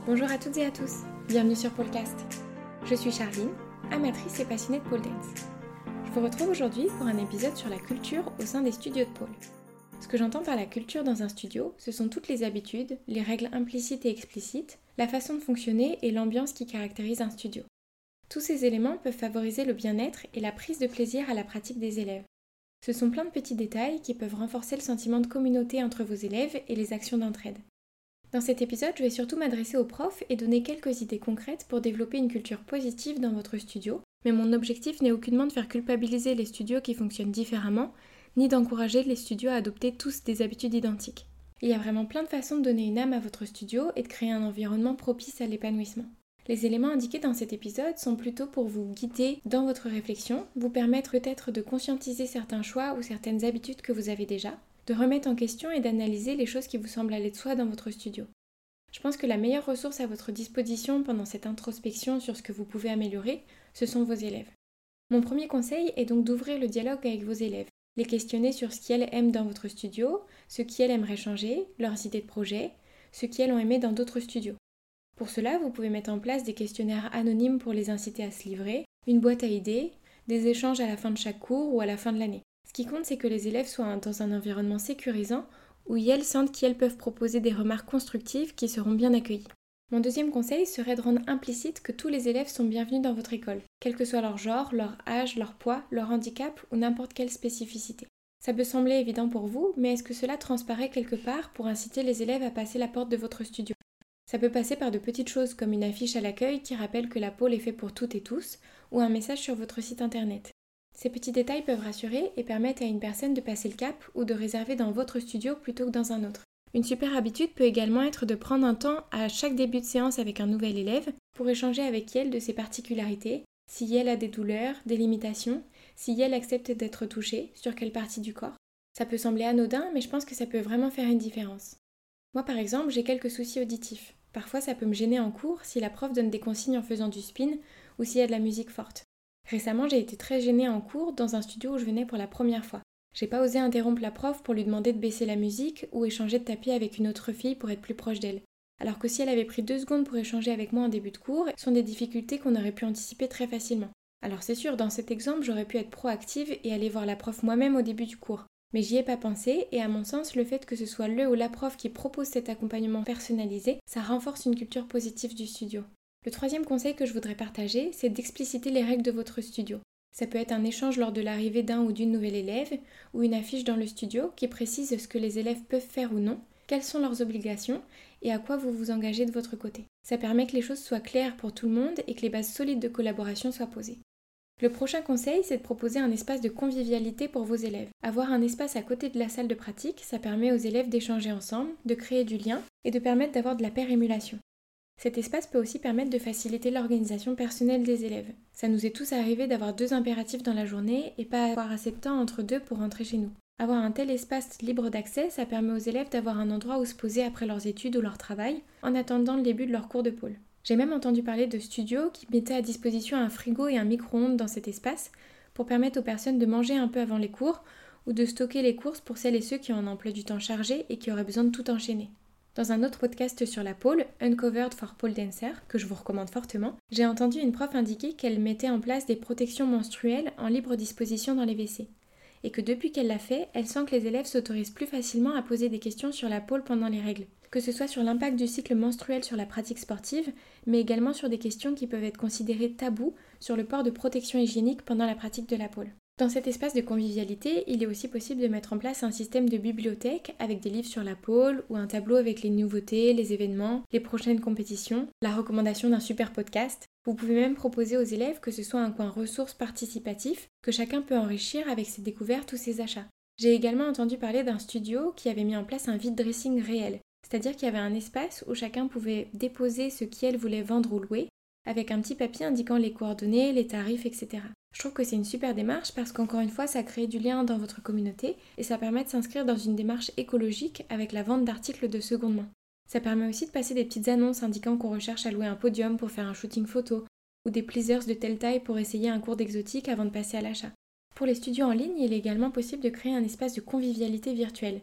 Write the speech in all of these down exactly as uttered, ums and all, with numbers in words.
Bonjour à toutes et à tous, bienvenue sur Polecast. Je suis Charline, amatrice et passionnée de pole dance. Je vous retrouve aujourd'hui pour un épisode sur la culture au sein des studios de pole. Ce que j'entends par la culture dans un studio, ce sont toutes les habitudes, les règles implicites et explicites, la façon de fonctionner et l'ambiance qui caractérise un studio. Tous ces éléments peuvent favoriser le bien-être et la prise de plaisir à la pratique des élèves. Ce sont plein de petits détails qui peuvent renforcer le sentiment de communauté entre vos élèves et les actions d'entraide. Dans cet épisode, je vais surtout m'adresser aux profs et donner quelques idées concrètes pour développer une culture positive dans votre studio, mais mon objectif n'est aucunement de faire culpabiliser les studios qui fonctionnent différemment, ni d'encourager les studios à adopter tous des habitudes identiques. Il y a vraiment plein de façons de donner une âme à votre studio et de créer un environnement propice à l'épanouissement. Les éléments indiqués dans cet épisode sont plutôt pour vous guider dans votre réflexion, vous permettre peut-être de conscientiser certains choix ou certaines habitudes que vous avez déjà, de remettre en question et d'analyser les choses qui vous semblent aller de soi dans votre studio. Je pense que la meilleure ressource à votre disposition pendant cette introspection sur ce que vous pouvez améliorer, ce sont vos élèves. Mon premier conseil est donc d'ouvrir le dialogue avec vos élèves, les questionner sur ce qu'elles aiment dans votre studio, ce qu'elles aimeraient changer, leurs idées de projet, ce qu'elles ont aimé dans d'autres studios. Pour cela, vous pouvez mettre en place des questionnaires anonymes pour les inciter à se livrer, une boîte à idées, des échanges à la fin de chaque cours ou à la fin de l'année. Ce qui compte, c'est que les élèves soient dans un environnement sécurisant où elles sentent qu'elles peuvent proposer des remarques constructives qui seront bien accueillies. Mon deuxième conseil serait de rendre implicite que tous les élèves sont bienvenus dans votre école, quel que soit leur genre, leur âge, leur poids, leur handicap ou n'importe quelle spécificité. Ça peut sembler évident pour vous, mais est-ce que cela transparaît quelque part pour inciter les élèves à passer la porte de votre studio ? Ça peut passer par de petites choses comme une affiche à l'accueil qui rappelle que la pole est faite pour toutes et tous, ou un message sur votre site internet. Ces petits détails peuvent rassurer et permettre à une personne de passer le cap ou de réserver dans votre studio plutôt que dans un autre. Une super habitude peut également être de prendre un temps à chaque début de séance avec un nouvel élève pour échanger avec elle de ses particularités, si elle a des douleurs, des limitations, si elle accepte d'être touchée, sur quelle partie du corps. Ça peut sembler anodin, mais je pense que ça peut vraiment faire une différence. Moi par exemple, j'ai quelques soucis auditifs. Parfois ça peut me gêner en cours si la prof donne des consignes en faisant du spin ou s'il y a de la musique forte. Récemment, j'ai été très gênée en cours dans un studio où je venais pour la première fois. J'ai pas osé interrompre la prof pour lui demander de baisser la musique ou échanger de tapis avec une autre fille pour être plus proche d'elle. Alors que si elle avait pris deux secondes pour échanger avec moi en début de cours, ce sont des difficultés qu'on aurait pu anticiper très facilement. Alors c'est sûr, dans cet exemple, j'aurais pu être proactive et aller voir la prof moi-même au début du cours. Mais j'y ai pas pensé et à mon sens, le fait que ce soit le ou la prof qui propose cet accompagnement personnalisé, ça renforce une culture positive du studio. Le troisième conseil que je voudrais partager, c'est d'expliciter les règles de votre studio. Ça peut être un échange lors de l'arrivée d'un ou d'une nouvelle élève, ou une affiche dans le studio qui précise ce que les élèves peuvent faire ou non, quelles sont leurs obligations et à quoi vous vous engagez de votre côté. Ça permet que les choses soient claires pour tout le monde et que les bases solides de collaboration soient posées. Le prochain conseil, c'est de proposer un espace de convivialité pour vos élèves. Avoir un espace à côté de la salle de pratique, ça permet aux élèves d'échanger ensemble, de créer du lien et de permettre d'avoir de la paire émulation. Cet espace peut aussi permettre de faciliter l'organisation personnelle des élèves. Ça nous est tous arrivé d'avoir deux impératifs dans la journée et pas avoir assez de temps entre deux pour rentrer chez nous. Avoir un tel espace libre d'accès, ça permet aux élèves d'avoir un endroit où se poser après leurs études ou leur travail, en attendant le début de leur cours de pole. J'ai même entendu parler de studios qui mettaient à disposition un frigo et un micro-ondes dans cet espace pour permettre aux personnes de manger un peu avant les cours ou de stocker les courses pour celles et ceux qui ont un emploi du temps chargé et qui auraient besoin de tout enchaîner. Dans un autre podcast sur la pole, Uncovered for Pole Dancer, que je vous recommande fortement, j'ai entendu une prof indiquer qu'elle mettait en place des protections menstruelles en libre disposition dans les W C. Et que depuis qu'elle l'a fait, elle sent que les élèves s'autorisent plus facilement à poser des questions sur la pole pendant les règles. Que ce soit sur l'impact du cycle menstruel sur la pratique sportive, mais également sur des questions qui peuvent être considérées tabous sur le port de protection hygiénique pendant la pratique de la pole. Dans cet espace de convivialité, il est aussi possible de mettre en place un système de bibliothèque avec des livres sur la pole ou un tableau avec les nouveautés, les événements, les prochaines compétitions, la recommandation d'un super podcast. Vous pouvez même proposer aux élèves que ce soit un coin ressources participatif que chacun peut enrichir avec ses découvertes ou ses achats. J'ai également entendu parler d'un studio qui avait mis en place un vide dressing réel, c'est-à-dire qu'il y avait un espace où chacun pouvait déposer ce qu'il voulait vendre ou louer, avec un petit papier indiquant les coordonnées, les tarifs, et cetera. Je trouve que c'est une super démarche parce qu'encore une fois, ça crée du lien dans votre communauté et ça permet de s'inscrire dans une démarche écologique avec la vente d'articles de seconde main. Ça permet aussi de passer des petites annonces indiquant qu'on recherche à louer un podium pour faire un shooting photo ou des pleasers de telle taille pour essayer un cours d'exotique avant de passer à l'achat. Pour les studios en ligne, il est également possible de créer un espace de convivialité virtuelle.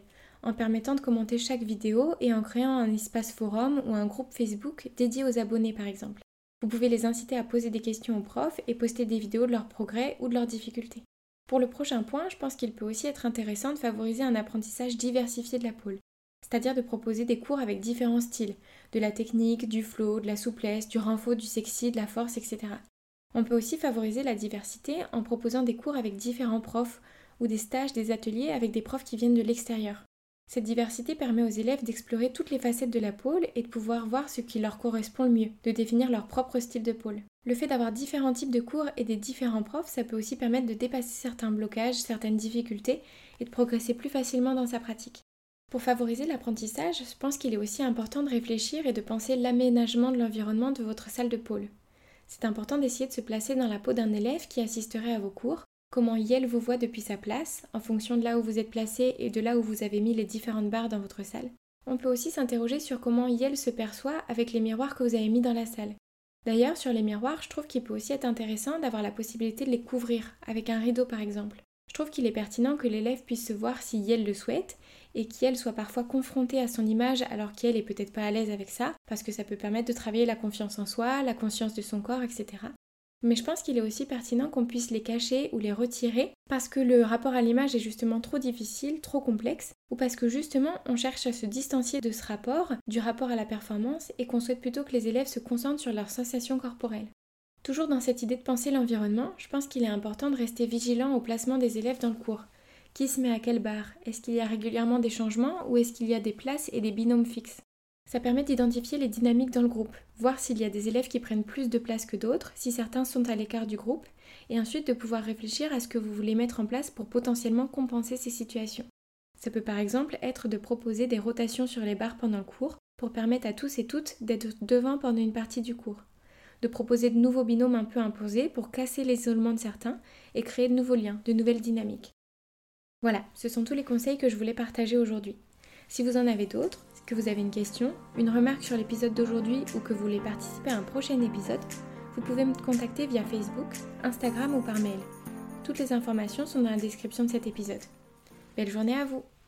en permettant de commenter chaque vidéo et en créant un espace forum ou un groupe Facebook dédié aux abonnés par exemple. Vous pouvez les inciter à poser des questions aux profs et poster des vidéos de leurs progrès ou de leurs difficultés. Pour le prochain point, je pense qu'il peut aussi être intéressant de favoriser un apprentissage diversifié de la pole, c'est-à-dire de proposer des cours avec différents styles, de la technique, du flow, de la souplesse, du renfo, du sexy, de la force, et cetera. On peut aussi favoriser la diversité en proposant des cours avec différents profs ou des stages, des ateliers avec des profs qui viennent de l'extérieur. Cette diversité permet aux élèves d'explorer toutes les facettes de la pole et de pouvoir voir ce qui leur correspond le mieux, de définir leur propre style de pole. Le fait d'avoir différents types de cours et des différents profs, ça peut aussi permettre de dépasser certains blocages, certaines difficultés et de progresser plus facilement dans sa pratique. Pour favoriser l'apprentissage, je pense qu'il est aussi important de réfléchir et de penser l'aménagement de l'environnement de votre salle de pole. C'est important d'essayer de se placer dans la peau d'un élève qui assisterait à vos cours, comment Yel vous voit depuis sa place, en fonction de là où vous êtes placé et de là où vous avez mis les différentes barres dans votre salle. On peut aussi s'interroger sur comment Yel se perçoit avec les miroirs que vous avez mis dans la salle. D'ailleurs, sur les miroirs, je trouve qu'il peut aussi être intéressant d'avoir la possibilité de les couvrir, avec un rideau par exemple. Je trouve qu'il est pertinent que l'élève puisse se voir si Yel le souhaite et qu'Yel soit parfois confrontée à son image alors qu'elle est peut-être pas à l'aise avec ça, parce que ça peut permettre de travailler la confiance en soi, la conscience de son corps, et cetera. Mais je pense qu'il est aussi pertinent qu'on puisse les cacher ou les retirer parce que le rapport à l'image est justement trop difficile, trop complexe, ou parce que justement on cherche à se distancier de ce rapport, du rapport à la performance, et qu'on souhaite plutôt que les élèves se concentrent sur leurs sensations corporelles. Toujours dans cette idée de penser l'environnement, je pense qu'il est important de rester vigilant au placement des élèves dans le cours. Qui se met à quelle barre? Est-ce qu'il y a régulièrement des changements ou est-ce qu'il y a des places et des binômes fixes? Ça permet d'identifier les dynamiques dans le groupe, voir s'il y a des élèves qui prennent plus de place que d'autres, si certains sont à l'écart du groupe, et ensuite de pouvoir réfléchir à ce que vous voulez mettre en place pour potentiellement compenser ces situations. Ça peut par exemple être de proposer des rotations sur les barres pendant le cours pour permettre à tous et toutes d'être devant pendant une partie du cours. De proposer de nouveaux binômes un peu imposés pour casser l'isolement de certains et créer de nouveaux liens, de nouvelles dynamiques. Voilà, ce sont tous les conseils que je voulais partager aujourd'hui. Si vous en avez d'autres, que vous avez une question, une remarque sur l'épisode d'aujourd'hui ou que vous voulez participer à un prochain épisode, vous pouvez me contacter via Facebook, Instagram ou par mail. Toutes les informations sont dans la description de cet épisode. Belle journée à vous!